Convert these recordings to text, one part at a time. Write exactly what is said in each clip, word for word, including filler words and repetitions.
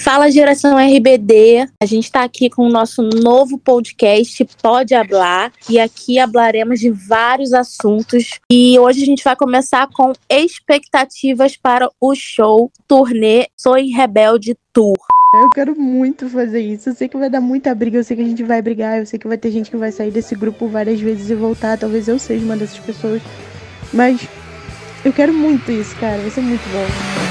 Fala Geração R B D, a gente está aqui com o nosso novo podcast Pode Hablar e aqui hablaremos de vários assuntos e hoje a gente vai começar com expectativas para o show turnê Soy Rebelde Tour. Eu quero muito fazer isso, eu sei que vai dar muita briga, eu sei que a gente vai brigar, eu sei que vai ter gente que vai sair desse grupo várias vezes e voltar, talvez eu seja uma dessas pessoas, mas eu quero muito isso, cara, vai ser muito bom.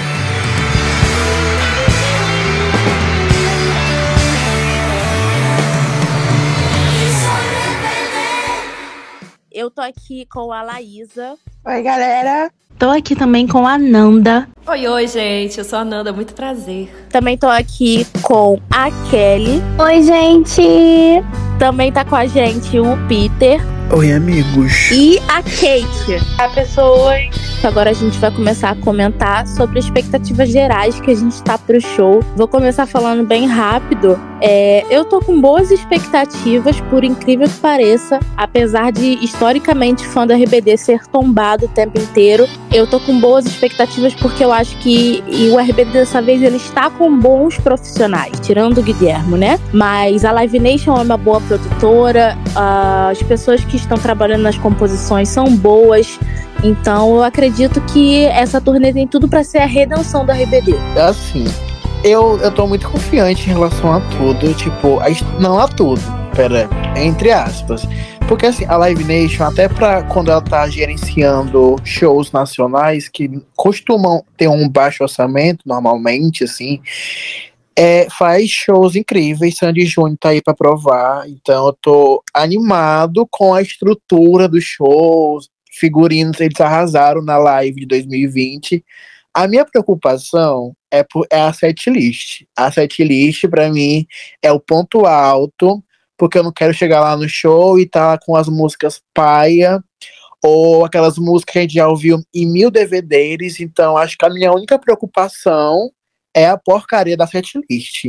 Eu tô aqui com a Laísa. Oi, galera. Tô aqui também com a Nanda. Oi, oi, gente. Eu sou a Nanda, muito prazer. Também tô aqui com a Kelly. Oi, gente. Também tá com a gente o Peter. Oi, amigos. E a Kate. A pessoa. Agora a gente vai começar a comentar sobre expectativas gerais que a gente tá pro show. Vou começar falando bem rápido. É, eu tô com boas expectativas, por incrível que pareça. Apesar de, historicamente, fã do R B D ser tombado o tempo inteiro, eu tô com boas expectativas porque eu acho que e o R B D dessa vez ele está com bons profissionais, tirando o Guilherme, né? Mas a Live Nation é uma boa produtora, as pessoas que estão trabalhando nas composições são boas. Então eu acredito que essa turnê tem tudo pra ser a redenção do R B D. Assim, eu, eu tô muito confiante em relação a tudo. Tipo, a, não a tudo, pera, entre aspas. Porque assim, a Live Nation, até pra quando ela tá gerenciando shows nacionais, que costumam ter um baixo orçamento, normalmente, assim, é, faz shows incríveis. Sandy Júnior tá aí pra provar. Então eu tô animado com a estrutura dos shows. Figurinos, eles arrasaram na live de dois mil e vinte. A minha preocupação é, por, é a setlist. A setlist, pra mim, é o ponto alto, porque eu não quero chegar lá no show e tá com as músicas paia, ou aquelas músicas que a gente já ouviu em mil D V Ds. Então, acho que a minha única preocupação é a porcaria da setlist.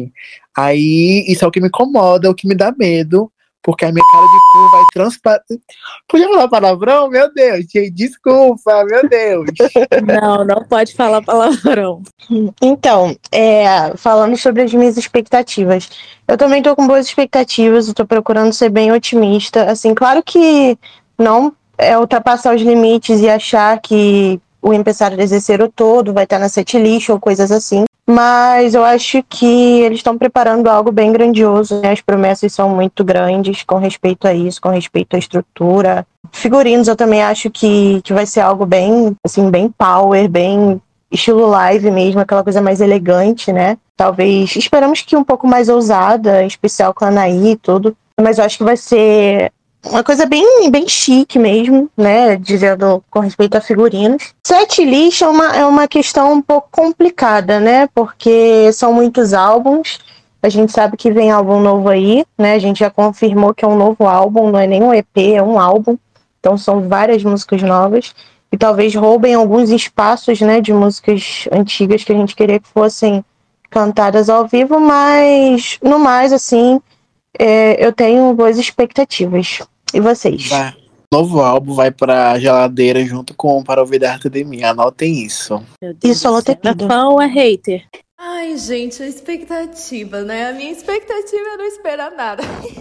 Aí, isso é o que me incomoda, é o que me dá medo, porque a minha cara de cu vai transparecer. Podia falar palavrão? Meu Deus, gente, desculpa, meu Deus. Não, não pode falar palavrão. Então, é, falando sobre as minhas expectativas, eu também tô com boas expectativas, eu tô procurando ser bem otimista. Assim, claro que não é ultrapassar os limites e achar que o Empresário Desezeiro todo vai estar na setlist ou coisas assim. Mas eu acho que eles estão preparando algo bem grandioso, né? As promessas são muito grandes com respeito a isso, com respeito à estrutura. Figurinos eu também acho que, que vai ser algo bem, assim, bem power, bem estilo live mesmo, aquela coisa mais elegante, né? Talvez, esperamos que um pouco mais ousada, em especial com a Anaí e tudo. Mas eu acho que vai ser uma coisa bem, bem chique mesmo, né? Dizendo com respeito a figurinos. Setlist é uma, é uma questão um pouco complicada, né? Porque são muitos álbuns. A gente sabe que vem álbum novo aí, né? A gente já confirmou que é um novo álbum, não é nem um E P, é um álbum. Então são várias músicas novas. E talvez roubem alguns espaços, né? De músicas antigas que a gente queria que fossem cantadas ao vivo. Mas, no mais, assim, é, eu tenho boas expectativas. E vocês? Vai. Novo álbum vai pra geladeira junto com Para Ouvir da Arte de Mim. Anotem isso. Isso, anotei tudo. É fã ou é hater? Ai, gente, a expectativa, né? A minha expectativa é não esperar nada.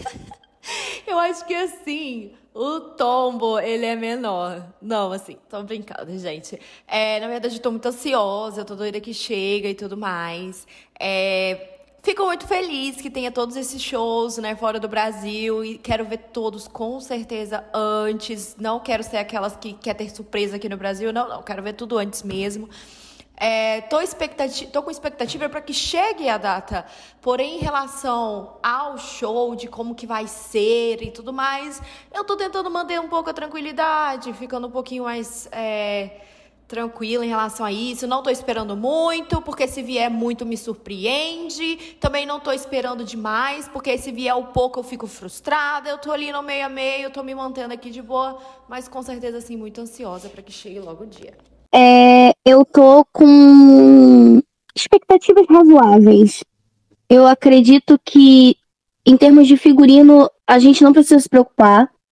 Eu acho que, assim, o tombo, ele é menor. Não, assim, tô brincando, gente. É, na verdade, eu tô muito ansiosa, eu tô doida que chega e tudo mais. É... Fico muito feliz que tenha todos esses shows, né, fora do Brasil, e quero ver todos com certeza antes. Não quero ser aquelas que quer ter surpresa aqui no Brasil, não, não, quero ver tudo antes mesmo. É, tô, expectati- tô com expectativa para que chegue a data, porém em relação ao show, de como que vai ser e tudo mais, eu tô tentando manter um pouco a tranquilidade, ficando um pouquinho mais... É... tranquila em relação a isso, não tô esperando muito, porque se vier muito me surpreende, também não tô esperando demais, porque se vier o pouco eu fico frustrada, eu tô ali no meio a meio, tô me mantendo aqui de boa, mas com certeza, assim, muito ansiosa para que chegue logo o dia. É, eu tô com expectativas razoáveis. Eu acredito que, em termos de figurino, a gente não precisa se preocupar.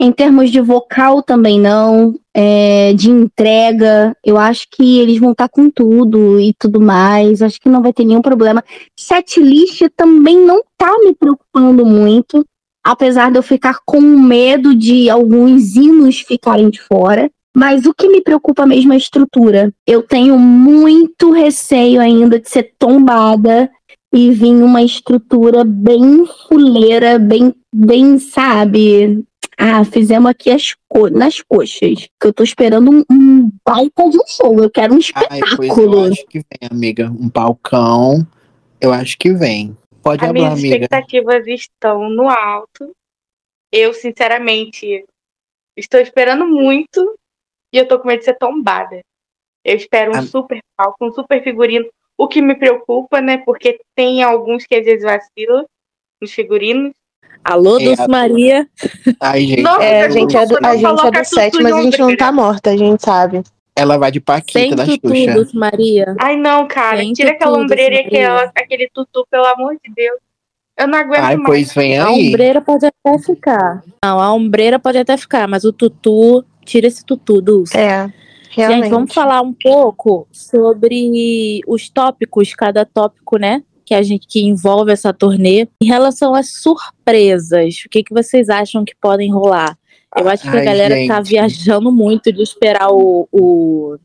Em termos de vocal também não. É, de entrega, eu acho que eles vão estar com tudo e tudo mais. Acho que não vai ter nenhum problema. Setlist também não tá me preocupando muito. Apesar de eu ficar com medo de alguns hinos ficarem de fora. Mas o que me preocupa mesmo é a estrutura. Eu tenho muito receio ainda de ser tombada e vir uma estrutura bem fuleira, bem, bem, sabe? Ah, fizemos aqui as co- nas coxas. Que eu tô esperando um, um baita de um show. Eu quero um Ai, pois eu espetáculo. acho que vem, amiga. Um palcão, eu acho que vem. Pode As falar, minhas amiga. expectativas estão no alto. Eu, sinceramente, estou esperando muito e eu tô com medo de ser tombada. Eu espero um Ah. super palco, um super figurino. O que me preocupa, né? Porque tem alguns que às vezes vacilam nos figurinos. Alô, É, Dulce a- Maria. Ai, gente, Nossa, É, a eu gente é do, não a gente é coloca do tudo sete, em mas a gente não ombreira. tá morta, a gente sabe. ela vai de Paquita Sem da tutu, Xuxa. Dulce Maria. Ai, não, cara. Sem Tira aquela tutu, ombreira e Dulce Maria. aquela, aquele tutu, pelo amor de Deus. Eu não aguento Ai, mais. pois vem A aí. ombreira pode até ficar. Não, a ombreira pode até ficar, mas o tutu, tira esse tutu, Dulce. É, realmente. Gente, vamos falar um pouco sobre os tópicos, cada tópico, né? Que a gente que envolve essa turnê. Em relação às surpresas, o que, que vocês acham que podem rolar? Eu acho que a Ai, galera tá gente. viajando muito de esperar o. o...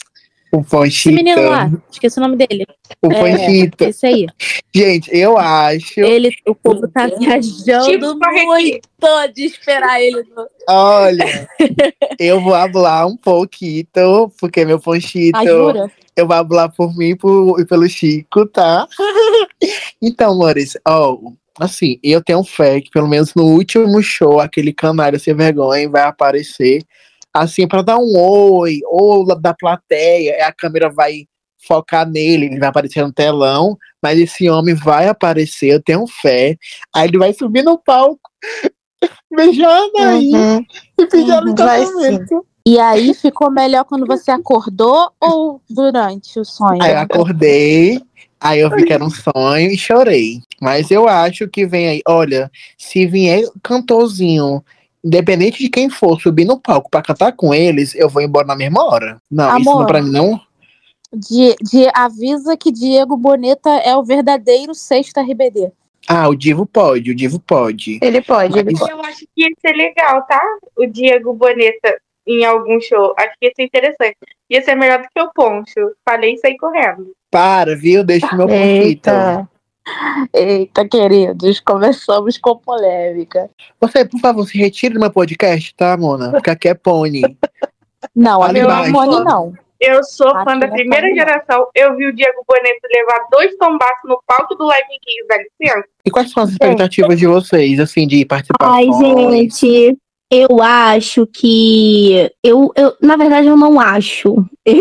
O Esse menino lá, Fanchita. esqueci o nome dele. O É, Fanchita. esse aí. Gente, eu acho. Ele, o povo tá viajando Tipo Barrequinho. muito de esperar ele. no- Olha, eu vou falar um pouquinho, porque meu Fanchito. Ah, jura? Eu vou falar por mim e por- e pelo Chico, tá? Então, amores, ó, assim, eu tenho fé que pelo menos no último show, aquele canário sem vergonha vai aparecer, assim, pra dar um oi, ou da plateia, a câmera vai focar nele, ele vai aparecer no telão, mas esse homem vai aparecer, eu tenho fé. Aí ele vai subir no palco, beijando aí, Uhum. e pedindo Uhum, vai casamento. E aí ficou melhor quando você acordou ou durante o sonho? Aí eu acordei, aí eu vi que era um sonho e chorei. Mas eu acho que vem aí, olha, se vier cantorzinho, independente de quem for, subir no palco pra cantar com eles, eu vou embora na mesma hora. Não, isso Amor. não, pra mim não. De, de- avisa que Diego Boneta é o verdadeiro sexta R B D. Ah, o Divo pode, o Divo pode. Ele pode, ele Mas- pode. Eu acho que ia ser legal, tá? O Diego Boneta em algum show. Acho que ia ser interessante. Ia ser melhor do que o Poncho. Falei e saí correndo. Para, viu? Deixa o meu ponquito. Eita. Eita, queridos, começamos com polêmica. Você, por favor, se retire do meu podcast, tá, Mona? Porque aqui é pônei. Não, Fale amigo, não é baixo. Mone, não. Eu sou Acho fã que da vai primeira ficar melhor. geração. Eu vi o Diego Boneta levar dois tombaços no palco do Live Kids, dá licença. E quais são as expectativas de vocês, assim, de Ai, participações? gente, eu acho que. Eu, eu, na verdade, eu não acho.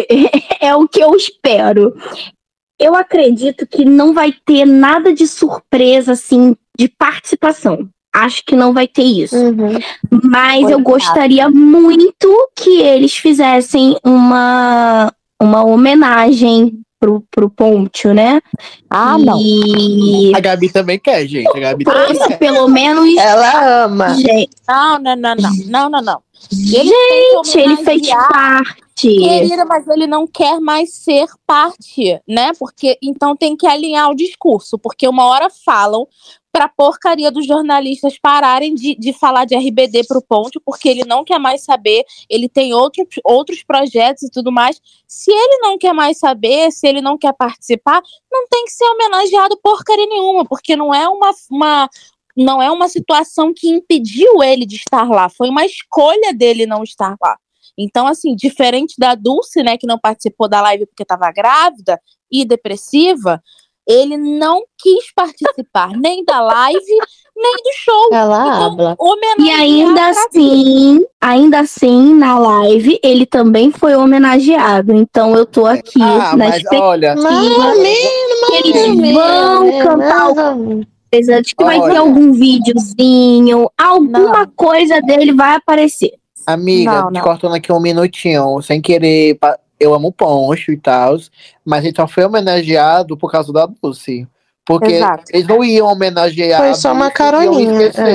É o que eu espero. Eu acredito que não vai ter nada de surpresa, assim, de participação. Acho que não vai ter isso. Uhum. Mas eu Coitado. gostaria muito que eles fizessem uma, uma homenagem pro, pro Pontio, né? Ah, não. E A Gabi também quer, gente. A Gabi também fosse quer. pelo menos. Ela ama. Gente, Não, não, não, não. Não, não, não. Ele tem que ele fez homenagear. parte. Querida, mas ele não quer mais ser parte, né? Porque então tem que alinhar o discurso, porque uma hora falam pra porcaria dos jornalistas pararem de, de falar de R B D pro Ponte, porque ele não quer mais saber, ele tem outro, outros projetos e tudo mais. Se ele não quer mais saber, se ele não quer participar, não tem que ser homenageado porcaria nenhuma, porque não é uma, uma não é uma situação que impediu ele de estar lá, foi uma escolha dele não estar lá. Então, assim, diferente da Dulce, né, que não participou da live porque estava grávida e depressiva, ele não quis participar nem da live, nem do show. Ela Então, habla. E homenagear ainda pra assim, ainda assim, na live, ele também foi homenageado. Então eu tô aqui Ah, na mas expectativa olha, Mais ou menos, que mais eles ou menos, vão né? cantar Mais ou menos. coisa, de que vai ter Olha. algum videozinho, alguma Não. coisa dele vai aparecer. amiga, Não, te não. cortando aqui um minutinho, sem querer, pa- eu amo Poncho e tal, mas ele só foi homenageado por causa da Dulce. Porque Exato. eles não iam homenagear Foi a só uma Dulce, iam caroninha, esquecer.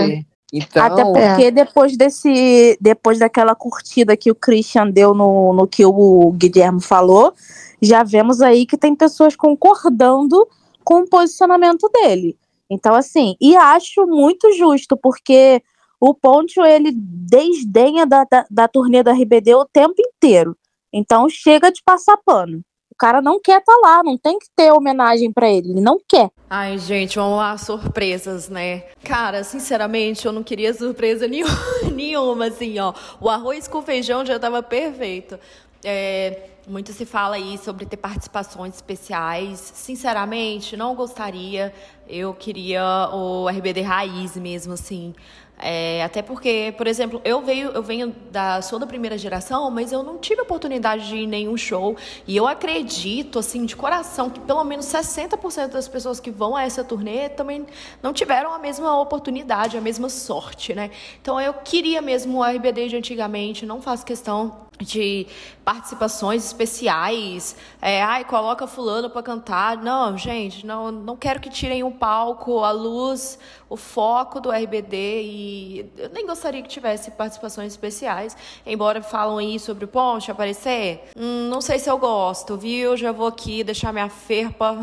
Então, Até porque É. depois desse, depois daquela curtida que o Christian deu no, no que o Guilherme falou, já vemos aí que tem pessoas concordando com o posicionamento dele. Então, assim, e acho muito justo, porque o Poncho, ele desdenha da, da, da turnê da R B D o tempo inteiro. Então, chega de passar pano. O cara não quer estar lá, não tem que ter homenagem pra ele, ele não quer. Ai, gente, vamos lá, surpresas, né? Cara, sinceramente, eu não queria surpresa nenhuma, nenhuma, assim, ó. O arroz com feijão já tava perfeito. É, muito se fala aí sobre ter participações especiais. Sinceramente, não gostaria. Eu queria o R B D raiz mesmo, assim. É, até porque, por exemplo, eu venho, eu venho da, sou da primeira geração, mas eu não tive oportunidade de ir em nenhum show. E eu acredito, assim, de coração, que pelo menos sessenta por cento das pessoas que vão a essa turnê também não tiveram a mesma oportunidade, a mesma sorte, né? Então eu queria mesmo o R B D de antigamente, não faço questão de participações especiais, é, ai, coloca fulano pra cantar. Não, gente, não, não quero que tirem o palco, a luz, o foco do R B D, e eu nem gostaria que tivesse participações especiais, embora falam aí sobre o Poncho aparecer. Hum, não sei se eu gosto, viu? Já vou aqui deixar minha ferpa,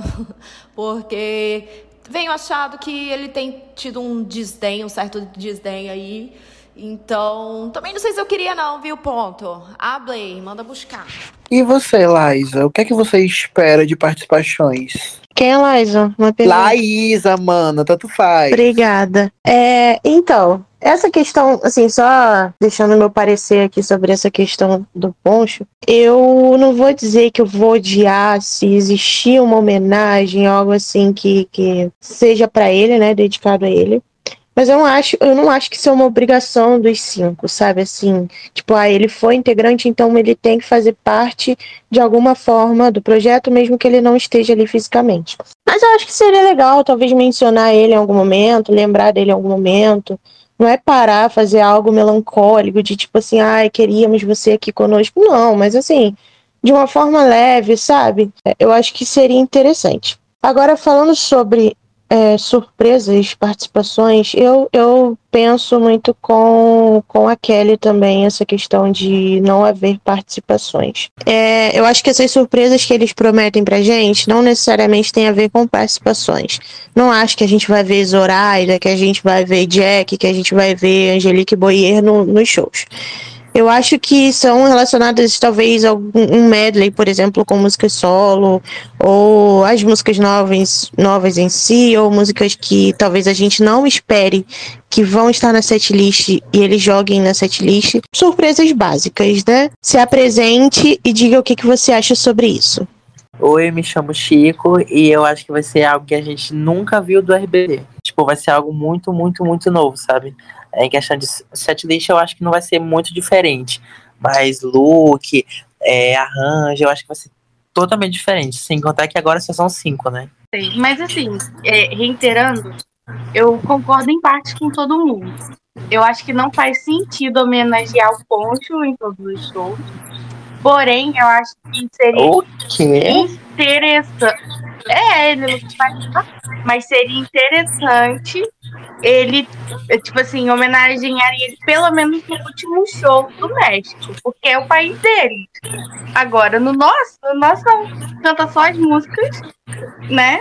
porque venho achado que ele tem tido um desdém, um certo desdém aí. Então, também não sei se eu queria não, viu, Ponto? Ablei, manda buscar. E você, Laísa, o que é que você espera de participações? Quem é Laísa? Uma pergunta. Laísa, mano, tanto faz. Obrigada. É, então, essa questão, assim, só deixando meu parecer aqui sobre essa questão do Poncho, eu não vou dizer que eu vou odiar se existir uma homenagem, algo assim que, que seja pra ele, né, dedicado a ele. Mas eu não acho, eu não acho que isso é uma obrigação dos cinco, sabe? Assim, tipo, ah, ele foi integrante, então ele tem que fazer parte de alguma forma do projeto, mesmo que ele não esteja ali fisicamente. Mas eu acho que seria legal, talvez, mencionar ele em algum momento, lembrar dele em algum momento. Não é parar, fazer algo melancólico, de tipo assim, ai, queríamos você aqui conosco. Não, mas assim, de uma forma leve, sabe? Eu acho que seria interessante. Agora, falando sobre É, surpresas, participações, eu, eu penso muito com, com a Kelly também, essa questão de não haver participações. É, eu acho que essas surpresas que eles prometem pra gente não necessariamente tem a ver com participações. Não acho que a gente vai ver Zoraida, que a gente vai ver Jack, que a gente vai ver Angelique Boyer no, nos shows. Eu acho que são relacionadas talvez a um medley, por exemplo, com músicas solo, ou as músicas novas, novas em si, ou músicas que talvez a gente não espere que vão estar na setlist e eles joguem na setlist. Surpresas básicas, né? Se apresente e diga o que, que você acha sobre isso. Oi, me chamo Chico e eu acho que vai ser algo que a gente nunca viu do R B D. Tipo, vai ser algo muito, muito, muito novo, sabe? Em questão de setlist, eu acho que não vai ser muito diferente. Mas look, é, arranjo, eu acho que vai ser totalmente diferente. Sem contar que agora só são cinco, né? Sim, mas assim, é, reiterando, eu concordo em parte com todo mundo. Eu acho que não faz sentido homenagear o Poncho em todos os shows. Porém, eu acho que seria O quê? interessante. É, ele não participa, mas seria interessante ele, tipo assim, homenagear ele pelo menos no último show do México, porque é o país dele. Agora, no nosso, no nosso não, canta só as músicas, né?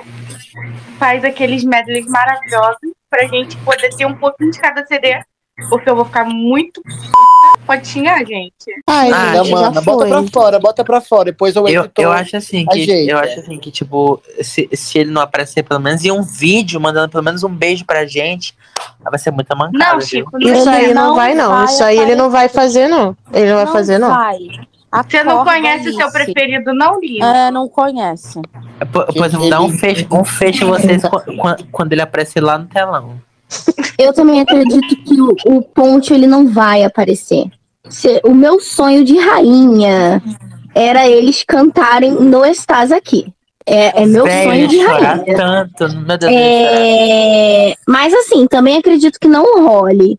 Faz aqueles medleys maravilhosos pra gente poder ter um pouquinho de cada C D, porque eu vou ficar muito pode xingar, gente. Ai, Ah, gente, já mano, bota foi. pra fora, bota pra fora. Depois eu Eu, edito. eu acho assim que ajeita. eu acho assim que tipo se, se ele não aparecer pelo menos em um vídeo mandando pelo menos um beijo pra gente, vai ser muita mancada. Não, viu? Chico, Isso aí não, não vai, não. vai Isso aí ele não vai fazer, não. Ele não vai fazer, não. Vai. você não Acorda, conhece o seu Alice. preferido, não liga. É, não conhece. P- Pois eu vou dar um fecho, um fecho em vocês qu- qu- quando ele aparecer lá no telão. Eu também acredito que o, o Ponte ele não vai aparecer. Se- o meu sonho de rainha era eles cantarem no Estás Aqui. É, é meu Véi, sonho de eu ia chorar rainha. tanto, meu Deus, eu ia chorar. É, mas assim, também acredito que não role.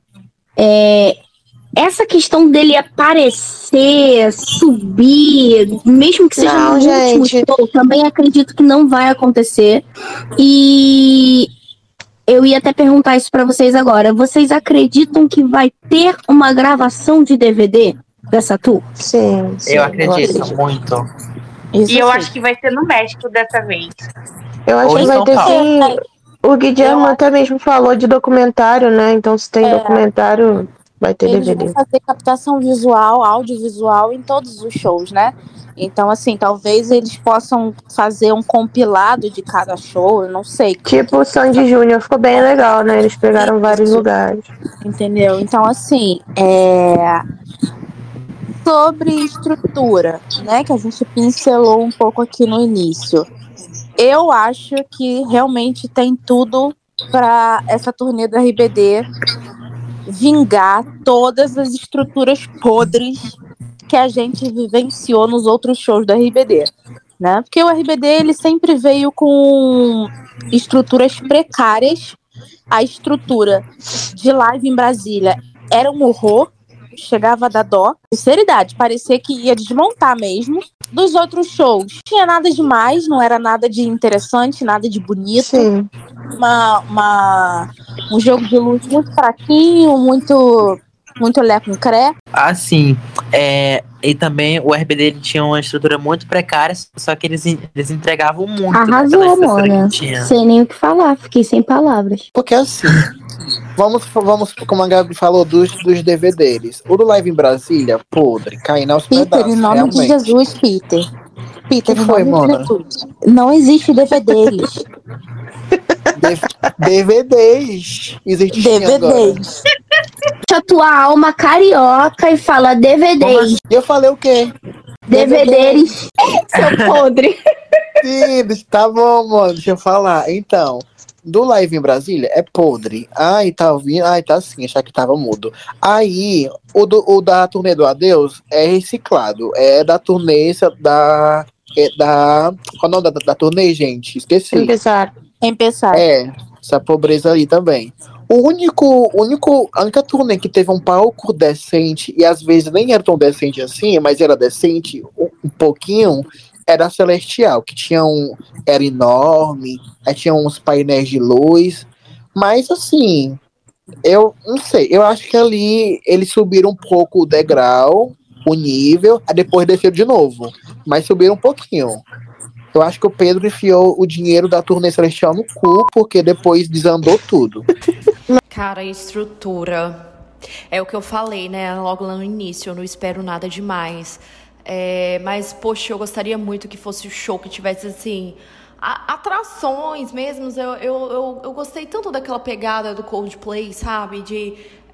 É, essa questão dele aparecer, subir, mesmo que seja Não, no último gente. show, também acredito que não vai acontecer. E eu eu ia até perguntar isso pra vocês agora. Vocês acreditam que vai ter uma gravação de D V D dessa tour? Sim, sim Eu acredito acredito. muito. Isso E eu sim. acho que vai ser no México dessa vez. Eu acho Ou que em vai São ter Paulo. sim. O Guilherme até mesmo falou de documentário, né? Então, se tem É. documentário, vai ter Eles D V D. vão fazer captação visual, audiovisual em todos os shows, né? Então, assim, talvez eles possam fazer um compilado de cada show, eu não sei. Tipo o Sandy Júnior, ficou bem legal, né? Eles pegaram vários Isso. lugares. Entendeu? Então, assim, é... sobre estrutura, né? Que a gente pincelou um pouco aqui no início. Eu acho que realmente tem tudo para essa turnê do R B D vingar todas as estruturas podres que a gente vivenciou nos outros shows do R B D, né? Porque o R B D ele sempre veio com estruturas precárias. A estrutura de live em Brasília era um horror, chegava a dar dó. Sinceridade, parecia que ia desmontar mesmo. Dos outros shows, não tinha nada demais, não era nada de interessante, nada de bonito. Sim. Uma, uma, um jogo de luz muito fraquinho, muito, muito lé com cré. Assim, é, e também o R B D ele tinha uma estrutura muito precária, só que eles, eles entregavam muito daquela Arrasou, estrutura mano. que tinha. Sem nem o que falar, fiquei sem palavras. Porque assim, vamos, vamos como a Gabi falou, dos, dos D V Ds. O do Live em Brasília, podre, caindo aos Peter, pedaços, em nome realmente. de Jesus, Peter. Peter, Que em foi, nome mona? de Jesus. Não existe D V Ds. D V Ds. Existe agora. D V Ds. Deixa a tua alma carioca e fala D V Como Ds. assim? E eu falei o quê? D V Ds. Seu podre. Sim, tá bom, mano. Deixa eu falar. Então, do Live em Brasília é podre. Ai, tá ouvindo? Ai, tá assim, achar que tava mudo. Aí, o, do, o da turnê do Adeus é reciclado. É da turnê da. É da. Qual é o nome da, da turnê, gente? Esqueci. Empezaram. Empezar. É, essa pobreza aí também. O único, único, a única turnê que teve um palco decente, e às vezes nem era tão decente assim, mas era decente um, um pouquinho, era a Celestial, que tinha um, era enorme, aí tinha uns painéis de luz, mas assim, eu não sei, eu acho que ali eles subiram um pouco o degrau, o nível, aí depois desceram de novo, mas subiram um pouquinho. Eu acho que o Pedro enfiou o dinheiro da turnê Celestial no cu, porque depois desandou tudo. Cara, estrutura. É o que eu falei, né? Logo lá no início, eu não espero nada demais. É, mas, poxa, eu gostaria muito que fosse o show que tivesse, assim, a, atrações mesmo. Eu, eu, eu, eu gostei tanto daquela pegada do Coldplay, sabe? De,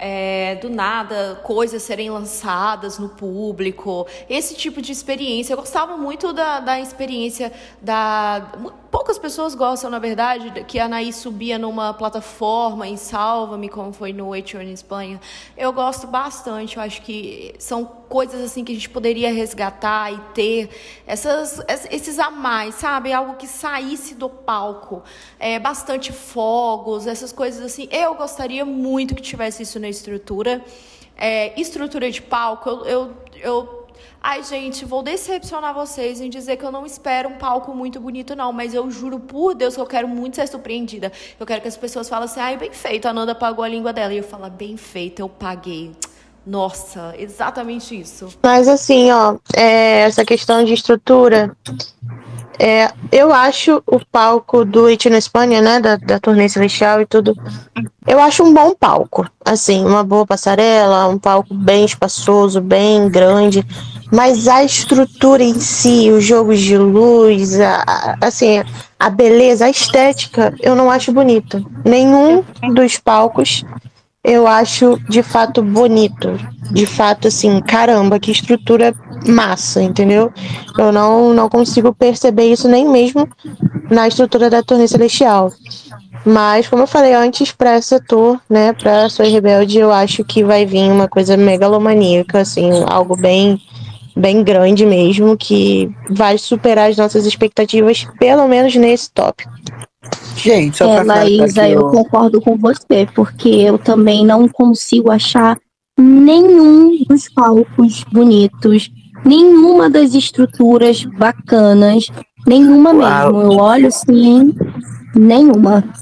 é, do nada, coisas serem lançadas no público. Esse tipo de experiência. Eu gostava muito da, da experiência da... Poucas pessoas gostam, na verdade, que a Anaí subia numa plataforma em Salva-me, como foi no H um em Espanha. Eu gosto bastante, eu acho que são coisas assim que a gente poderia resgatar e ter essas, esses a mais, sabe? Algo que saísse do palco. É, bastante fogos, essas coisas assim. Eu gostaria muito que tivesse isso na estrutura. É, estrutura de palco, eu... eu, eu Ai, gente, vou decepcionar vocês em dizer que eu não espero um palco muito bonito, não. Mas eu juro por Deus que eu quero muito ser surpreendida. Eu quero que as pessoas falem assim, ai, bem feito, a Nanda pagou a língua dela. E eu falo, bem feito, eu paguei. Nossa, exatamente isso. Mas assim, ó, é, essa questão de estrutura, é, eu acho o palco do It na Espanha, né, da, da turnê Celestial e tudo, eu acho um bom palco, assim, uma boa passarela, um palco bem espaçoso, bem grande, mas a estrutura em si, os jogos de luz, a, a, assim, a beleza, a estética, eu não acho bonito. Nenhum dos palcos eu acho de fato bonito. De fato, assim, caramba, que estrutura massa, entendeu? Eu não, não consigo perceber isso nem mesmo na estrutura da turnê Celestial. Mas, como eu falei antes, para essa tour, né, pra Soy Rebelde, eu acho que vai vir uma coisa megalomaníaca, assim, algo bem, bem grande mesmo, que vai superar as nossas expectativas, pelo menos nesse tópico. Gente, só É, pra falar Laísa, aqui, eu ó. concordo com você, porque eu também não consigo achar nenhum dos palcos bonitos, nenhuma das estruturas bacanas, nenhuma mesmo. Eu olho assim, nenhuma. É,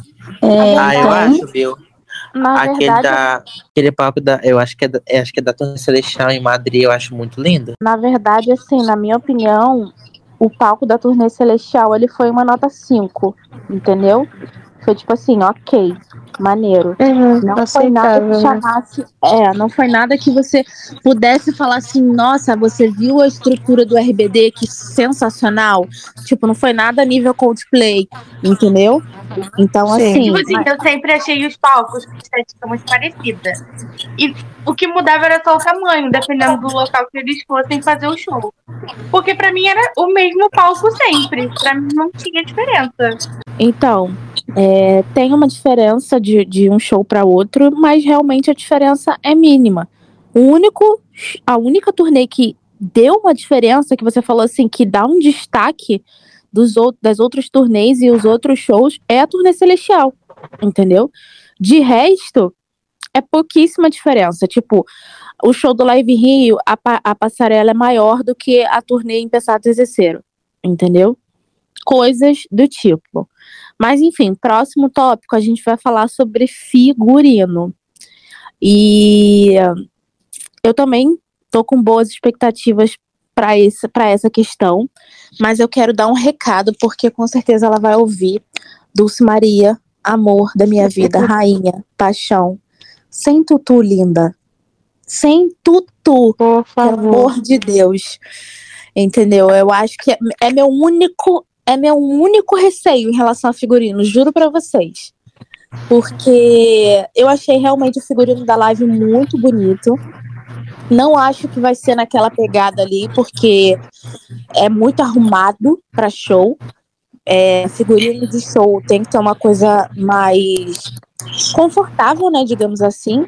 É, Ah, eu então, acho, viu? Na Aquele, verdade, da, aquele palco da. Eu acho que é da, eu acho que é da Torre Celestial em Madrid, eu acho muito lindo. na verdade, assim, na minha opinião, o palco da Turnê Celestial, ele foi uma nota cinco, entendeu? Foi tipo assim, ok, maneiro. Uhum, Não foi nada que aceitável, né? chamasse. É, não foi nada que você pudesse falar assim, nossa, você viu a estrutura do R B D, que sensacional. Tipo, não foi nada nível Coldplay, entendeu? Então, Sim. Tipo assim, assim, eu sempre achei os palcos com estética muito parecida. E o que mudava era só o tamanho, dependendo do local que eles fossem fazer o show. Porque pra mim era o mesmo palco sempre. Pra mim não tinha diferença. Então, é, tem uma diferença de, de um show para outro, mas realmente a diferença é mínima. O único, a única turnê que deu uma diferença, que você falou assim, que dá um destaque dos outros, das outras turnês e os outros shows, é a Turnê Celestial, entendeu? De resto, é pouquíssima diferença. Tipo, o show do Live Rio, a, pa- a passarela é maior do que a turnê em Pesado Terceiro, entendeu? Coisas do tipo. Mas enfim, próximo tópico a gente vai falar sobre figurino. E eu também tô com boas expectativas para esse, para essa questão, mas eu quero dar um recado porque com certeza ela vai ouvir. Dulce Maria, amor da minha vida, rainha, paixão, sem tutu, linda. Sem tutu, Por pelo favor. amor de Deus. Entendeu? Eu acho que é, é meu único é meu único receio em relação a figurino, juro pra vocês. Porque eu achei realmente o figurino da live muito bonito. Não acho que vai ser naquela pegada ali, porque é muito arrumado pra show. É, figurino de show tem que ter uma coisa mais confortável, né, digamos assim,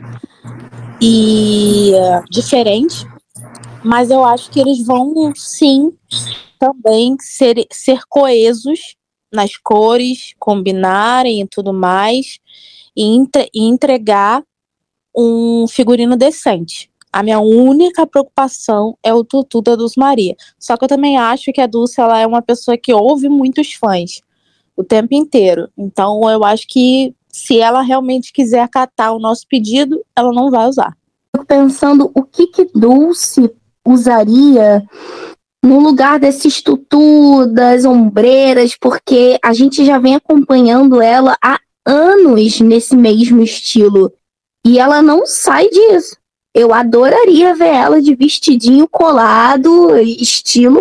e uh, diferente. Mas eu acho que eles vão, sim, também ser, ser coesos nas cores, combinarem e tudo mais, e, entre, e entregar um figurino decente. A minha única preocupação é o tutu da Dulce Maria. Só que eu também acho que a Dulce, ela é uma pessoa que ouve muitos fãs o tempo inteiro. Então eu acho que se ela realmente quiser acatar o nosso pedido, ela não vai usar. Tô pensando o que que Dulce usaria no lugar desses tutu, das ombreiras, porque a gente já vem acompanhando ela há anos nesse mesmo estilo. E ela não sai disso. Eu adoraria ver ela de vestidinho colado, estilo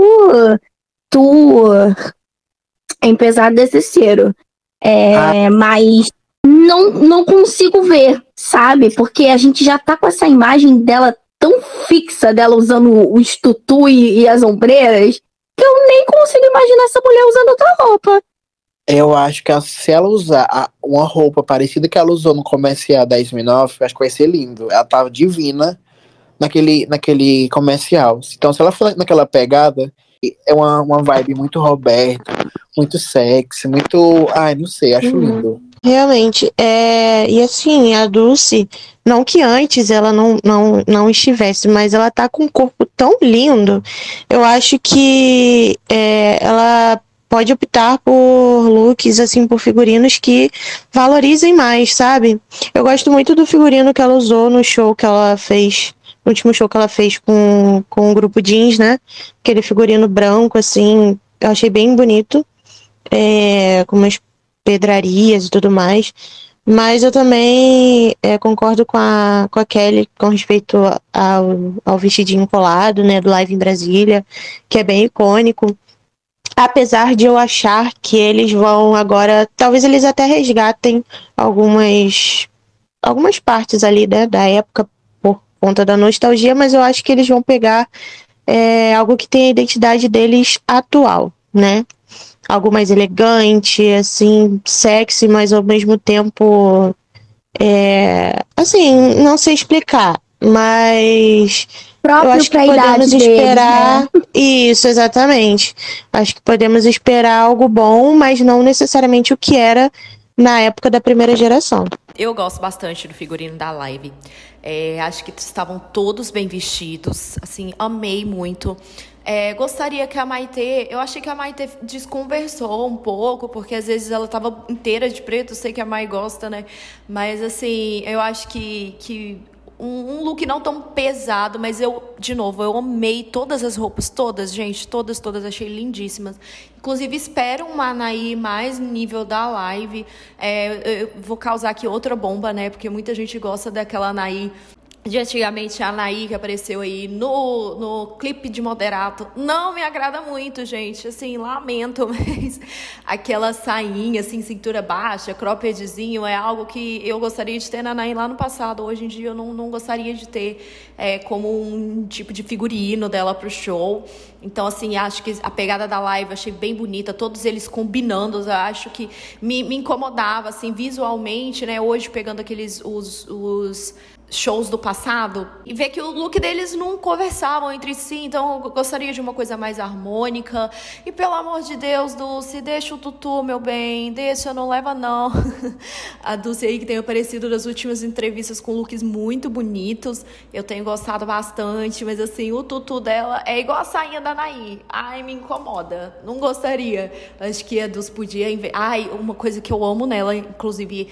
tour em Pesado Terceiro. É, mas não, não consigo ver, sabe? Porque a gente já tá com essa imagem dela tão fixa, dela usando os tutu e, e as ombreiras, que eu nem consigo imaginar essa mulher usando outra roupa. Eu acho que se ela usar a- uma roupa parecida que ela usou no comercial da Smirnoff, eu acho que vai ser lindo. Ela tava divina naquele, naquele comercial. Então, se ela for naquela pegada, é uma, uma vibe muito Roberto, muito sexy, muito. Ai, não sei, acho Uhum. lindo. Realmente, é, e assim, a Dulce, não que antes ela não, não, não estivesse, mas ela tá com um corpo tão lindo, eu acho que é, ela pode optar por looks, assim, por figurinos que valorizem mais, sabe? Eu gosto muito do figurino que ela usou no show que ela fez, no último show que ela fez com, com o grupo Jeans, né? Aquele figurino branco, assim, eu achei bem bonito, é, com umas pedrarias e tudo mais. Mas eu também é, concordo com a, com a Kelly com respeito ao, ao vestidinho colado, né, do Live em Brasília, que é bem icônico. Apesar de eu achar que eles vão agora, talvez eles até resgatem algumas, algumas partes ali, né, da época por conta da nostalgia, mas eu acho que eles vão pegar é, algo que tem a identidade deles atual, né? Algo mais elegante, assim, sexy, mas ao mesmo tempo, é, assim, não sei explicar, mas eu Próprio acho que pra podemos idade esperar deles, né? isso, exatamente. Acho que podemos esperar algo bom, mas não necessariamente o que era na época da primeira geração. Eu gosto bastante do figurino da live. É, acho que estavam todos bem vestidos. Assim, amei muito. É, gostaria que a Maitê... Eu achei que a Maitê desconversou um pouco, porque às vezes ela tava inteira de preto, eu sei que a Mai gosta, né? Mas, assim, eu acho que... que um, um look não tão pesado, mas eu, de novo, eu amei todas as roupas, todas, gente, todas, todas, achei lindíssimas. Inclusive, espero uma Anaí mais nível da live. É, eu vou causar aqui outra bomba, né? Porque muita gente gosta daquela Anaí de antigamente, a Anaí, que apareceu aí no, no clipe de Moderato. Não me agrada muito, gente. Assim, lamento, mas aquela sainha, assim, cintura baixa, croppedzinho, é algo que eu gostaria de ter na Anaí lá no passado. Hoje em dia, eu não, não gostaria de ter é, como um tipo de figurino dela pro show. Então, assim, acho que a pegada da live achei bem bonita. Todos eles combinando, eu acho que me, me incomodava, assim, visualmente, né? Hoje, pegando aqueles... os, os shows do passado, e ver que o look deles não conversavam entre si, então eu gostaria de uma coisa mais harmônica. E pelo amor de Deus, Dulce, deixa o Tutu, meu bem, deixa, não leva não. A Dulce aí que tem aparecido nas últimas entrevistas com looks muito bonitos, eu tenho gostado bastante, mas assim, o Tutu dela é igual a sainha da Anaí. Ai, me incomoda, não gostaria. Acho que a Dulce podia... Inve... Ai, uma coisa que eu amo nela, inclusive...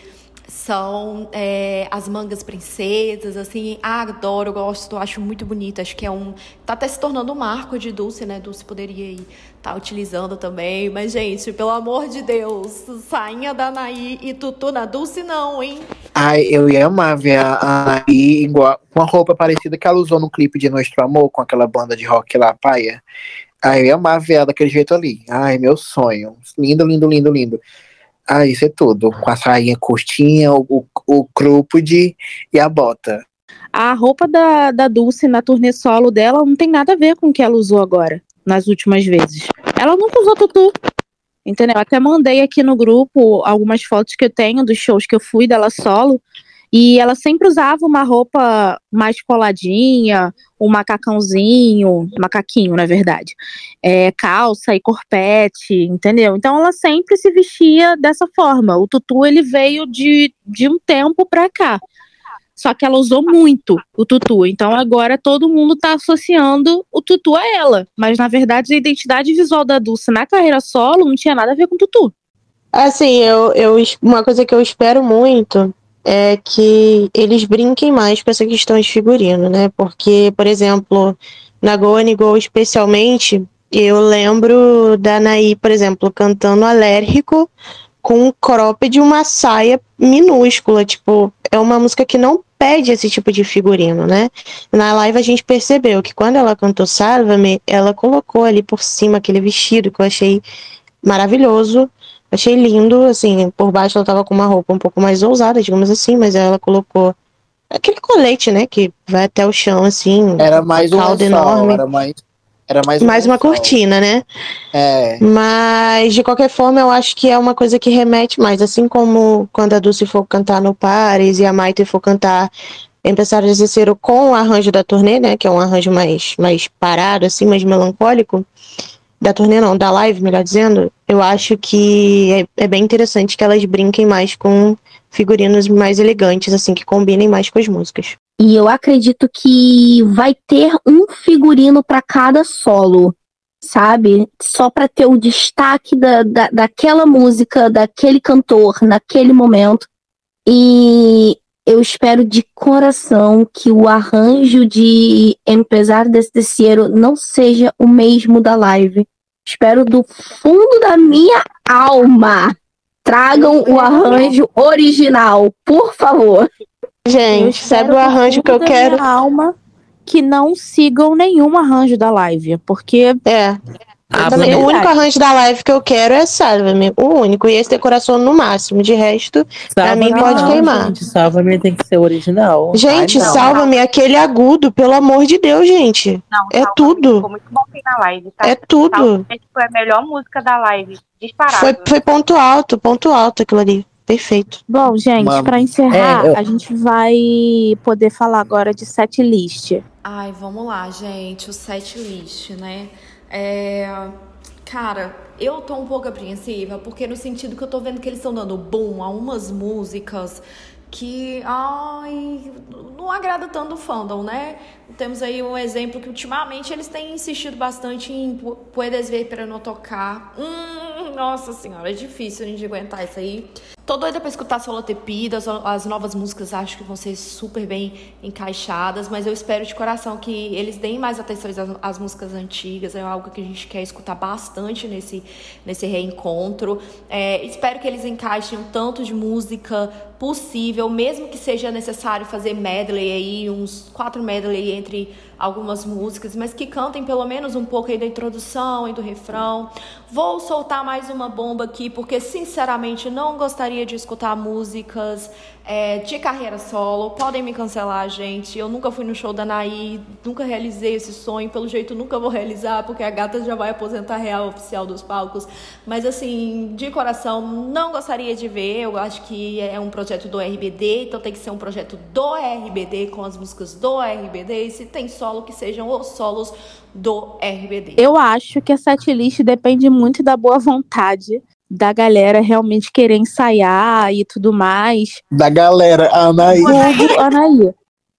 São é, as mangas princesas, assim, ah, adoro, gosto, acho muito bonito, acho que é um... Tá até se tornando um marco de Dulce, né? Dulce poderia estar tá utilizando também, mas, gente, pelo amor de Deus, sainha da Anaí e Tutu na Dulce não, hein? Ai, eu ia amar ver a Anaí igual, com a roupa parecida que ela usou no clipe de Nostro Amor, com aquela banda de rock lá, paia. Ai, eu ia amar ver ela daquele jeito ali. Ai, meu sonho. Lindo, lindo, lindo, lindo. Ah, isso é tudo. Com a sainha curtinha, o, o cropped e a bota. A roupa da, da Dulce na turnê solo dela não tem nada a ver com o que ela usou agora, nas últimas vezes. Ela nunca usou tutu, entendeu? Até mandei aqui no grupo algumas fotos que eu tenho dos shows que eu fui dela solo. E ela sempre usava uma roupa mais coladinha, um macacãozinho, macaquinho, na verdade, é, calça e corpete, entendeu? Então ela sempre se vestia dessa forma. O tutu, ele veio de, de um tempo pra cá. Só que ela usou muito o tutu. Então agora todo mundo tá associando o tutu a ela. Mas na verdade a identidade visual da Dulce na carreira solo não tinha nada a ver com o tutu. Assim, eu, eu, uma coisa que eu espero muito é que eles brinquem mais com essa questão de figurino, né? Porque, por exemplo, na Go and Go especialmente, eu lembro da Anaí, por exemplo, cantando Alérgico com um cropped de uma saia minúscula. Tipo, é uma música que não pede esse tipo de figurino, né? Na live a gente percebeu que quando ela cantou Salva-me, ela colocou ali por cima aquele vestido que eu achei maravilhoso. Achei lindo, assim, por baixo ela tava com uma roupa um pouco mais ousada, digamos assim, mas ela colocou aquele colete, né, que vai até o chão, assim. Era mais um cauda lençol, enorme. era mais, era mais, um mais uma lençol. cortina, né? É. Mas, de qualquer forma, eu acho que é uma coisa que remete mais, assim como quando a Dulce for cantar no Paris e a Maite for cantar Empresário de Cicero com o arranjo da turnê, né, que é um arranjo mais, mais parado, assim, mais melancólico, da turnê não, da live, melhor dizendo, eu acho que é, é bem interessante que elas brinquem mais com figurinos mais elegantes, assim, que combinem mais com as músicas. E eu acredito que vai ter um figurino para cada solo, sabe? Só para ter o destaque da, da, daquela música, daquele cantor, naquele momento. E eu espero de coração que o arranjo de Empresário de Cicero não seja o mesmo da live. Espero do fundo da minha alma. Tragam o arranjo original, por favor. Gente, sabe o arranjo que eu quero? Da minha alma que não sigam nenhum arranjo da live, porque é. Ah, Também, o único arranjo da live que eu quero é Salva-me. O único. E esse decoração no máximo. De resto, pra mim pode não, queimar. Gente, Salva-me tem que ser original. Gente, Ai, Salva-me é aquele agudo, pelo amor de Deus, gente. Não, é Salva-me tudo. Ficou muito bom aqui na live, tá? É tudo. Salva-me foi a melhor música da live. Disparado. Foi, foi ponto alto, ponto alto aquilo ali. Perfeito. Bom, gente, Mano. pra encerrar, É, eu- a gente vai poder falar agora de set list. Ai, vamos lá, gente, o set list, né? É... Cara, eu tô um pouco apreensiva, porque no sentido que eu tô vendo que eles estão dando boom a umas músicas que, ai, não agrada tanto o fandom, né? Temos aí um exemplo que ultimamente eles têm insistido bastante em pu- Puedes ver para não tocar. Hum, nossa senhora, é difícil a gente aguentar isso aí. Tô doida pra escutar Solotepida, as, as novas músicas acho que vão ser super bem encaixadas, mas eu espero de coração que eles deem mais atenção às, às músicas antigas, é algo que a gente quer escutar bastante nesse, nesse reencontro. É, espero que eles encaixem um tanto de música possível, mesmo que seja necessário fazer medley aí, uns quatro medley entre algumas músicas, mas que cantem pelo menos um pouco aí da introdução e do refrão. Vou soltar mais uma bomba aqui, porque sinceramente não gostaria de escutar músicas é, de carreira solo. Podem me cancelar, gente. Eu nunca fui no show da Anaí, nunca realizei esse sonho, pelo jeito nunca vou realizar, porque a gata já vai aposentar real oficial dos palcos. Mas assim, de coração, não gostaria de ver. Eu acho que é um projeto do R B D, então tem que ser um projeto do R B D, com as músicas do R B D, e se tem solo, que sejam os solos do R B D. Eu acho que a setlist depende muito da boa vontade da galera realmente querer ensaiar e tudo mais. Da galera, a Anaí. Vulgo Anaí.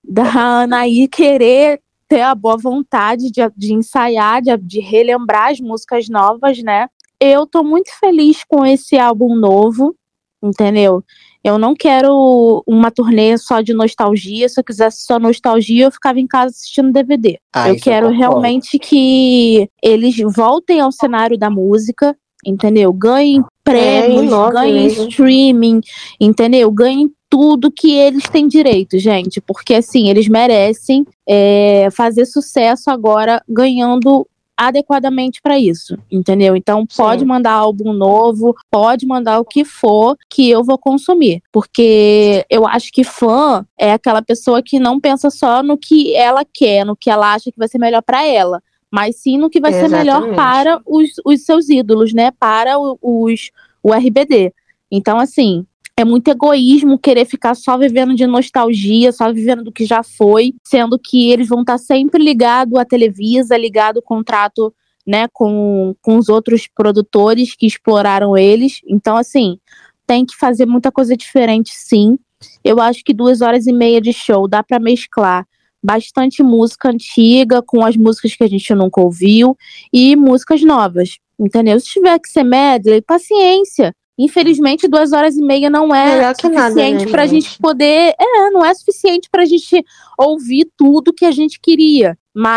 Da Anaí querer ter a boa vontade de, de ensaiar, de, de relembrar as músicas novas, né? Eu tô muito feliz com esse álbum novo, entendeu? Eu não quero uma turnê só de nostalgia. Se eu quisesse só nostalgia, eu ficava em casa assistindo D V D. Ah, eu isso quero eu concordo. realmente que eles voltem ao cenário da música, entendeu? Ganhem prêmios, inove ganhem mesmo. streaming, entendeu? Ganhem tudo que eles têm direito, gente. Porque, assim, eles merecem é, fazer sucesso agora ganhando adequadamente para isso, entendeu? Então pode Sim. mandar álbum novo, pode mandar o que for que eu vou consumir, porque eu acho que fã é aquela pessoa que não pensa só no que ela quer, no que ela acha que vai ser melhor para ela, mas sim no que vai ser melhor Exatamente. para os, os seus ídolos, né? Para o- os, o R B D. Então, assim, é muito egoísmo querer ficar só vivendo de nostalgia, só vivendo do que já foi, sendo que eles vão estar sempre ligados à Televisa, ligado ao contrato, né, com, com os outros produtores que exploraram eles. Então, assim, tem que fazer muita coisa diferente, sim. Eu acho que duas horas e meia de show dá para mesclar bastante música antiga com as músicas que a gente nunca ouviu e músicas novas, entendeu? Se tiver que ser medley, paciência. Infelizmente, duas horas e meia não é Melhor que nada, suficiente né, pra gente? gente poder. É, não é suficiente pra gente ouvir tudo que a gente queria.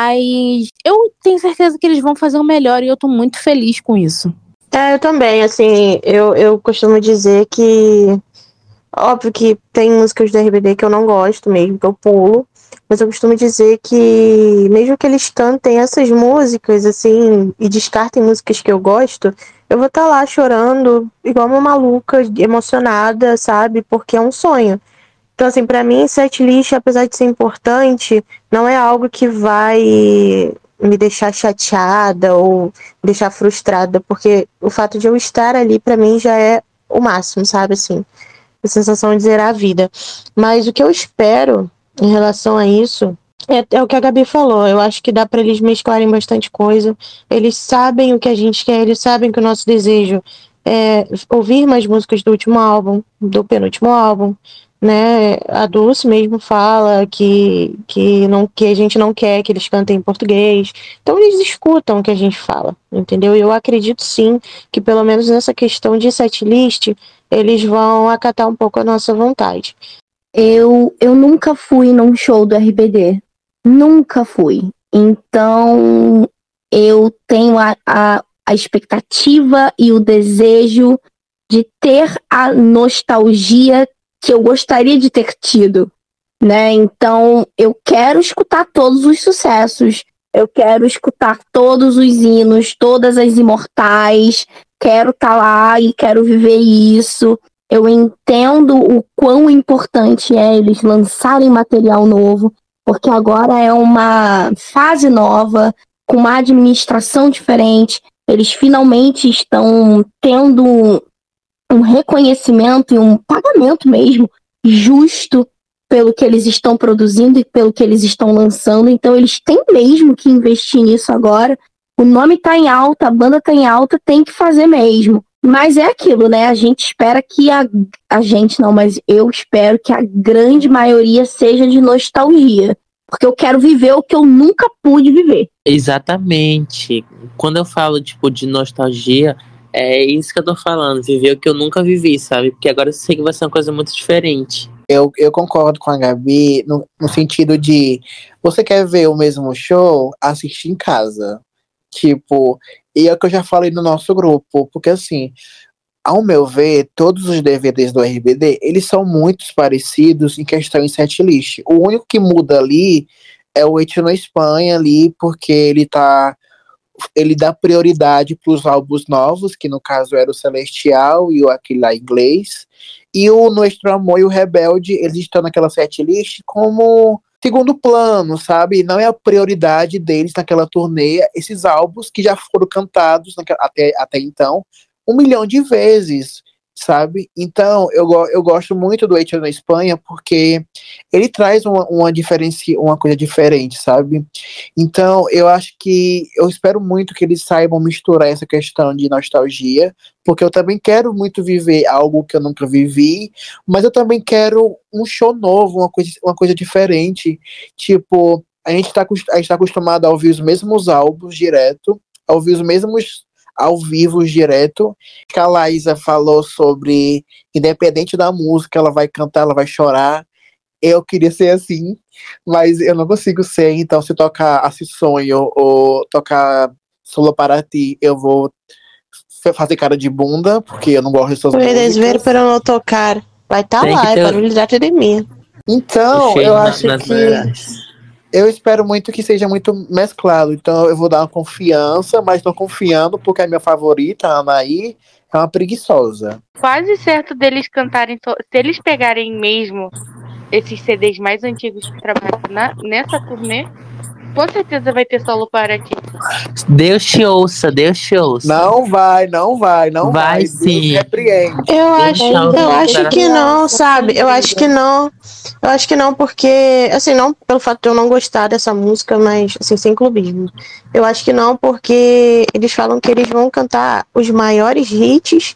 Mas eu tenho certeza que eles vão fazer o melhor e eu tô muito feliz com isso. É, eu também, assim, eu, eu costumo dizer que, óbvio que tem músicas do R B D que eu não gosto mesmo, que eu pulo, mas eu costumo dizer que, mesmo que eles cantem essas músicas, assim, e descartem músicas que eu gosto, eu vou estar lá chorando, igual uma maluca, emocionada, sabe, porque é um sonho. Então, assim, pra mim, setlist, apesar de ser importante, não é algo que vai me deixar chateada ou me deixar frustrada, porque o fato de eu estar ali, pra mim, já é o máximo, sabe, assim, a sensação de zerar a vida. Mas o que eu espero em relação a isso é, é o que a Gabi falou. Eu acho que dá pra eles mesclarem bastante coisa. Eles sabem o que a gente quer, eles sabem que o nosso desejo é ouvir mais músicas do último álbum, do penúltimo álbum, né? A Dulce mesmo fala que, que, não, que a gente não quer que eles cantem em português. Então eles escutam o que a gente fala, entendeu? E eu acredito sim que pelo menos nessa questão de setlist eles vão acatar um pouco a nossa vontade. Eu, eu nunca fui num show do R B D. Nunca fui. Então, eu tenho a, a, a expectativa e o desejo de ter a nostalgia que eu gostaria de ter tido, né? Então, eu quero escutar todos os sucessos. Eu quero escutar todos os hinos, todas as imortais. Quero estar lá e quero viver isso. Eu entendo o quão importante é eles lançarem material novo, porque agora é uma fase nova, com uma administração diferente. Eles finalmente estão tendo um reconhecimento e um pagamento mesmo justo pelo que eles estão produzindo e pelo que eles estão lançando. Então eles têm mesmo que investir nisso agora. O nome tá em alta, a banda tá em alta, tem que fazer mesmo. Mas é aquilo, né? A gente espera que a, a gente não, mas eu espero que a grande maioria seja de nostalgia. Porque eu quero viver o que eu nunca pude viver. Exatamente. Quando eu falo, tipo, de nostalgia, é isso que eu tô falando. Viver o que eu nunca vivi, sabe? Porque agora eu sei que vai ser uma coisa muito diferente. Eu, eu concordo com a Gabi no, no sentido de você quer ver o mesmo show, assistir em casa. Tipo, e é o que eu já falei no nosso grupo, porque assim, ao meu ver, todos os D V Ds do R B D, eles são muito parecidos em questão em setlist. O único que muda ali é o It no Espanha ali, porque ele tá ele dá prioridade para os álbuns novos, que no caso era o Celestial e o aquele lá em inglês. E o Nuestro Amor e o Rebelde, eles estão naquela setlist como segundo plano, sabe? Não é a prioridade deles naquela turnê, esses álbuns que já foram cantados naquela, até, até então um milhão de vezes, sabe? Então, eu, eu gosto muito do It na Espanha porque ele traz uma, uma, diferenci, uma coisa diferente, sabe? Então, eu acho que, eu espero muito que eles saibam misturar essa questão de nostalgia, porque eu também quero muito viver algo que eu nunca vivi, mas eu também quero um show novo, uma coisa, uma coisa diferente. Tipo, a gente está tá acostumado a ouvir os mesmos álbuns direto, a ouvir os mesmos ao vivo direto, que a Laísa falou sobre, independente da música, ela vai cantar, ela vai chorar. Eu queria ser assim, mas eu não consigo ser, então se tocar Assim Sonho ou tocar Solo Para Ti, eu vou fazer cara de bunda, porque eu não gosto dessas músicas. Puedes ver, pero não tocar. Vai estar tá lá, ter... é barulho da academia. Então, eu acho na, que... Veras. Eu espero muito que seja muito mesclado, então eu vou dar uma confiança, mas tô confiando porque a minha favorita, a Anaí, é uma preguiçosa. Quase certo deles cantarem, to- se eles pegarem mesmo esses C Ds mais antigos que trabalham na, nessa turnê, com certeza vai ter Solo Para Ti. Deus te ouça, Deus te ouça. Não vai, não vai, não vai. Vai sim. Deus repreende. Eu acho, eu acho que não, sabe? Eu acho que não. Eu acho que não, porque, assim, não pelo fato de eu não gostar dessa música, mas, assim, sem clubismo. Eu acho que não, porque eles falam que eles vão cantar os maiores hits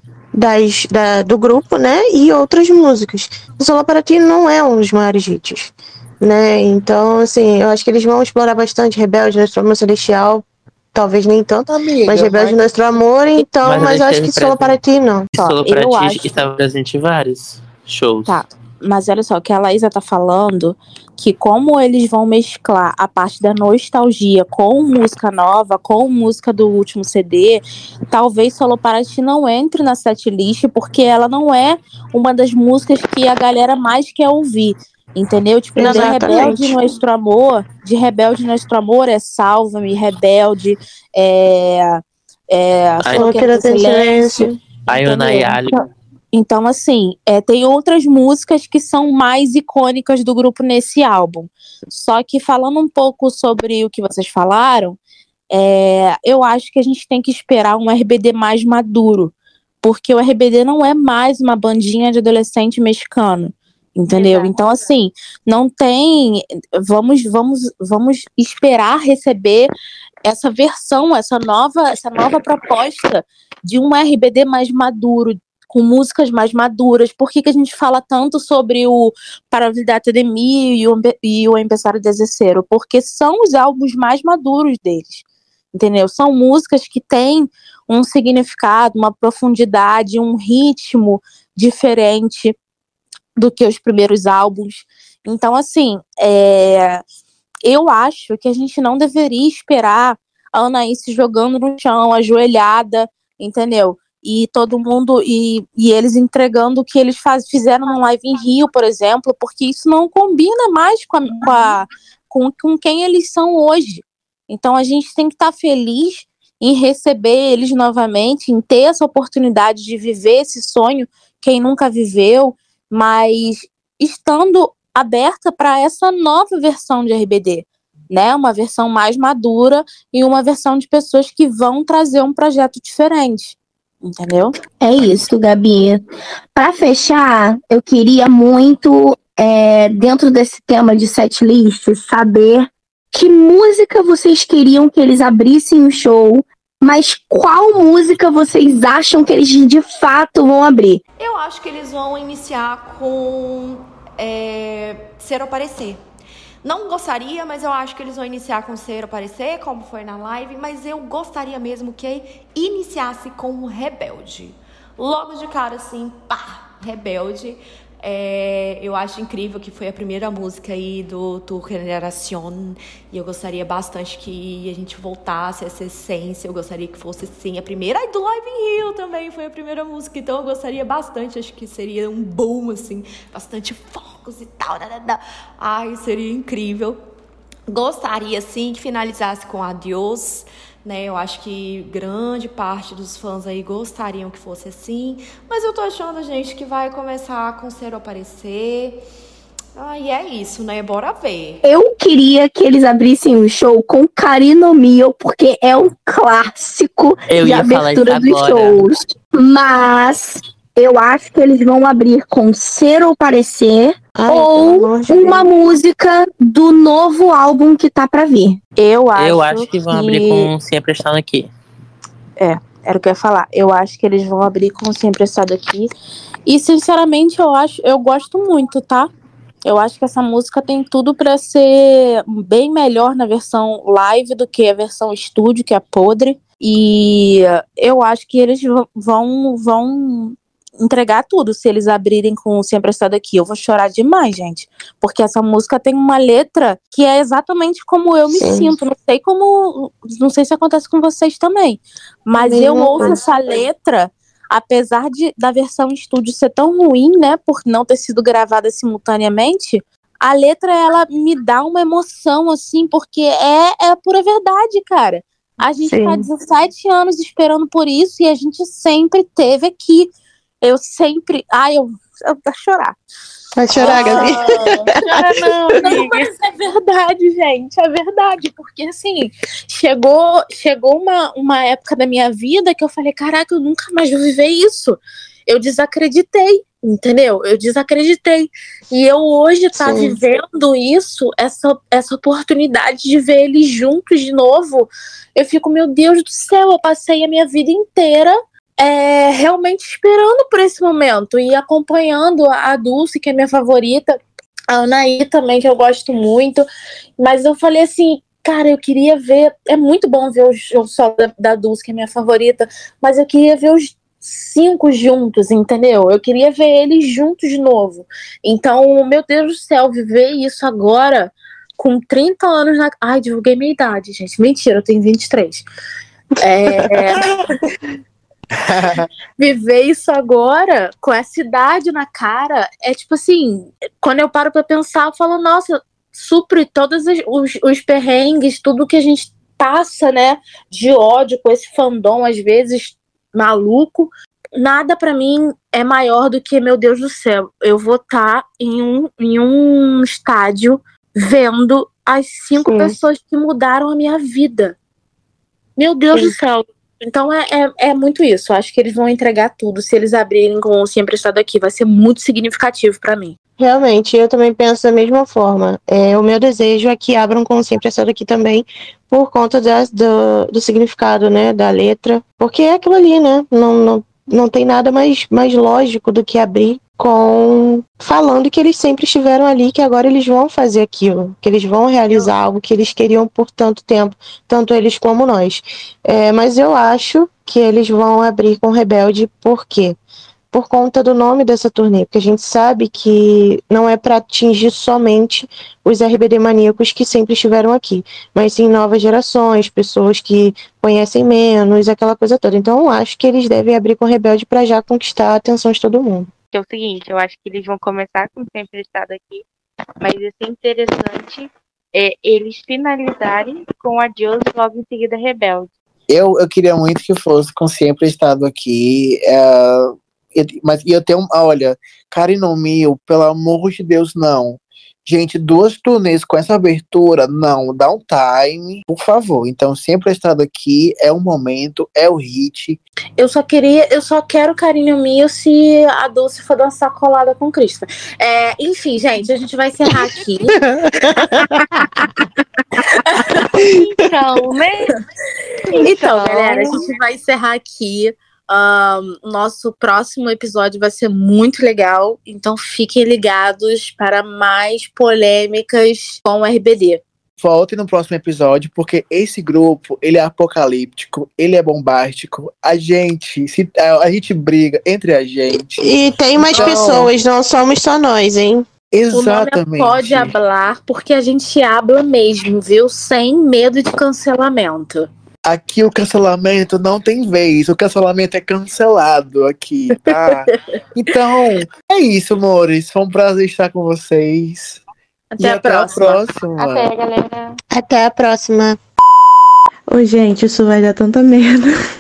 das, da, do grupo, né? E outras músicas. O Solo Para Ti não é um dos maiores hits, né? Então, assim, eu acho que eles vão explorar bastante Rebelde, Nuestro Amor Celestial. Talvez nem tanto, Amiga, mas Rebelde mas... Nuestro Amor, então, mas, mas eu acho que presente. Solo Para Ti não. Solo Para Ti acho... estava presente em vários shows. Tá, mas olha só, o que a Laísa tá falando, que como eles vão mesclar a parte da nostalgia com música nova, com música do último C D, talvez Solo Para Ti não entre na setlist, porque ela não é uma das músicas que a galera mais quer ouvir. Entendeu? Tipo, de Rebelde Nuestro Amor, de Rebelde Nuestro Amor é Salva-me, Rebelde, é... é Só Quero Ter Silêncio. Então, então, assim, é, tem outras músicas que são mais icônicas do grupo nesse álbum. Só que falando um pouco sobre o que vocês falaram, é, eu acho que a gente tem que esperar um R B D mais maduro, porque o R B D não é mais uma bandinha de adolescente mexicano. Entendeu? Exato. Então, assim, não tem... Vamos, vamos, vamos esperar receber essa versão, essa nova, essa nova proposta de um R B D mais maduro, com músicas mais maduras. Por que, que a gente fala tanto sobre o Para Olvidar de Mí e o, e o Empezar desde Cero? Porque são os álbuns mais maduros deles. Entendeu? São músicas que têm um significado, uma profundidade, um ritmo diferente do que os primeiros álbuns. Então, assim, é... eu acho que a gente não deveria esperar a Anaí se jogando no chão, ajoelhada, entendeu? E todo mundo, e, e eles entregando o que eles faz, fizeram no Live em Rio, por exemplo, porque isso não combina mais com, a, com, a, com, com quem eles são hoje. Então, a gente tem que estar feliz em receber eles novamente, em ter essa oportunidade de viver esse sonho, quem nunca viveu, mas estando aberta para essa nova versão de R B D, né? Uma versão mais madura e uma versão de pessoas que vão trazer um projeto diferente, entendeu? É isso, Gabi. Para fechar, eu queria muito, é, dentro desse tema de setlist, saber que música vocês queriam que eles abrissem o show Mas qual música vocês acham que eles de fato vão abrir? Eu acho que eles vão iniciar com é, Ser ou Parecer. Não gostaria, mas eu acho que eles vão iniciar com Ser ou Parecer, como foi na live, mas eu gostaria mesmo que iniciasse com Rebelde. Logo de cara, assim, pá, Rebelde. É, eu acho incrível que foi a primeira música aí do Tu Generación, e eu gostaria bastante que a gente voltasse a essa essência. Eu gostaria que fosse sim a primeira. Ai, do Live in Rio também foi a primeira música, então eu gostaria bastante. Acho que seria um boom, assim, bastante fogos e tal. Ai, seria incrível. Gostaria sim que finalizasse com Adiós, né? Eu acho que grande parte dos fãs aí gostariam que fosse assim, mas eu tô achando, gente, que vai começar com Ser ou Parecer. Ah, e é isso, né? Bora ver. Eu queria que eles abrissem o show com Carino Mio, porque é um clássico Eu de ia falar abertura isso dos agora. shows. Mas eu acho que eles vão abrir com Ser ou Parecer, Ai, ou pelo amor de uma Deus. música do novo álbum que tá pra vir. Eu acho, Eu acho que vão abrir com Sempre Estando Aqui. É, era o que eu ia falar. Eu acho que eles vão abrir com Sempre Estado Aqui. E, sinceramente, eu acho, eu gosto muito, tá? Eu acho que essa música tem tudo pra ser bem melhor na versão live do que a versão estúdio, que é podre. E eu acho que eles vão, vão entregar tudo se eles abrirem com Sempre Estado Aqui. Eu vou chorar demais, gente. Porque essa música tem uma letra que é exatamente como eu me Sim. sinto. Não sei como. Não sei se acontece com vocês também. Mas Mesma eu ouço coisa. essa letra, apesar de, da versão estúdio ser tão ruim, né? Por não ter sido gravada simultaneamente. A letra, ela me dá uma emoção, assim, porque é, é a pura verdade, cara. A gente Sim. tá dezessete anos esperando por isso e a gente sempre teve aqui. Eu sempre... Ai, eu... eu vou chorar. Vai chorar, Gabi? Chora não, Não, amiga. mas é verdade, gente. É verdade. Porque, assim, chegou, chegou uma, uma época da minha vida que eu falei, caraca, eu nunca mais vou viver isso. Eu desacreditei, entendeu? Eu desacreditei. E eu hoje tá Sim. vivendo isso, essa, essa oportunidade de ver eles juntos de novo. Eu fico, meu Deus do céu, eu passei a minha vida inteira É, realmente esperando por esse momento e acompanhando a Dulce, que é minha favorita, a Anaí também, que eu gosto muito, mas eu falei assim, cara, eu queria ver, é muito bom ver o show solo da, da Dulce, que é minha favorita, mas eu queria ver os cinco juntos, entendeu? Eu queria ver eles juntos de novo. Então, meu Deus do céu, viver isso agora, com trinta anos na... Ai, divulguei minha idade, gente, mentira, eu tenho vinte e três. É... Viver isso agora, com essa idade na cara, é tipo assim, quando eu paro pra pensar, eu falo, nossa, supre todos os, os, os perrengues, tudo que a gente passa, né, de ódio com esse fandom, às vezes, maluco. Nada pra mim é maior do que, meu Deus do céu, eu vou estar em um, em um estádio vendo as cinco Sim. pessoas que mudaram a minha vida. Meu Deus Sim. do céu. Então é, é, é muito isso. Acho que eles vão entregar tudo. Se eles abrirem com o Sempre Estado Aqui, vai ser muito significativo pra mim. Realmente, eu também penso da mesma forma. É, o meu desejo é que abram com Sempre Estado Aqui também, por conta das, do, do significado, né, da letra. Porque é aquilo ali, né? Não, não, não tem nada mais, mais lógico do que abrir com falando que eles sempre estiveram ali, que agora eles vão fazer aquilo, que eles vão realizar algo que eles queriam por tanto tempo, tanto eles como nós. É, mas eu acho que eles vão abrir com Rebelde, por quê? Por conta do nome dessa turnê, porque a gente sabe que não é para atingir somente os R B D maníacos que sempre estiveram aqui, mas sim novas gerações, pessoas que conhecem menos, aquela coisa toda. Então eu acho que eles devem abrir com Rebelde para já conquistar a atenção de todo mundo. Que é o seguinte, eu acho que eles vão começar com Sempre Estado Aqui, mas ia ser interessante é, eles finalizarem com Adiós e logo em seguida Rebelde. Eu, eu queria muito que fosse com Sempre Estado Aqui, é, eu, mas eu tenho, um- olha, Carino Mio, pelo amor de Deus, não. Gente, duas turnês com essa abertura, não, dá um time, por favor. Então, Sempre Estado Aqui é o momento, é o hit. Eu só queria, eu só quero carinho meu se a Dulce for dançar colada com o Christopher. É, enfim, gente, a gente vai encerrar aqui. Então, né? Então, galera, a gente vai encerrar aqui. Um, nosso próximo episódio vai ser muito legal. Então fiquem ligados para mais polêmicas com o R B D. Volte no próximo episódio, porque esse grupo, ele é apocalíptico, ele é bombástico. A gente, se, a, a gente briga entre a gente. E tem mais Então- pessoas, não somos só nós, hein? Exatamente. O nome é Pode Hablar, porque a gente habla mesmo, viu? Sem medo de cancelamento. Aqui o cancelamento não tem vez, o cancelamento é cancelado aqui, tá? Então, é isso, amores. Foi um prazer estar com vocês. Até e a até próxima. a próxima. Até, galera. Até a próxima. Ô, gente, isso vai dar tanta merda.